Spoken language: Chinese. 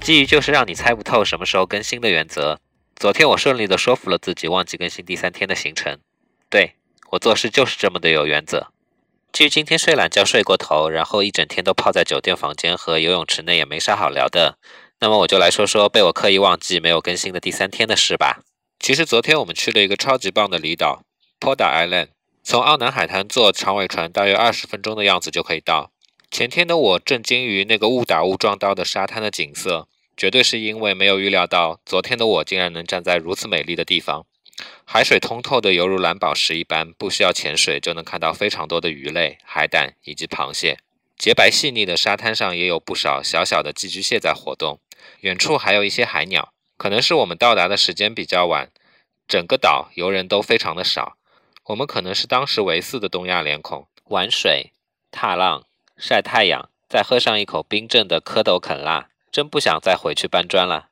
基于就是让你猜不透什么时候更新的原则，昨天我顺利地说服了自己忘记更新第3天的行程。对，我做事就是这么的有原则。至于今天睡懒觉睡过头，然后一整天都泡在酒店房间和游泳池内也没啥好聊的，那么我就来说说被我刻意忘记没有更新的第3天的事吧。其实昨天我们去了一个超级棒的离岛 Poda Island， 从奥南海滩坐长尾船大约20分钟的样子就可以到。前天的我震惊于那个误打误撞到的沙滩的景色，绝对是因为没有预料到昨天的我竟然能站在如此美丽的地方。海水通透的犹如蓝宝石一般，不需要潜水就能看到非常多的鱼类、海胆以及螃蟹。洁白细腻的沙滩上也有不少小小的寄居蟹在活动，远处还有一些海鸟。可能是我们到达的时间比较晚，整个岛游人都非常的少。我们可能是当时为4的东亚脸孔，玩水、踏浪、晒太阳，再喝上一口冰镇的蝌蚪肯辣，真不想再回去搬砖了。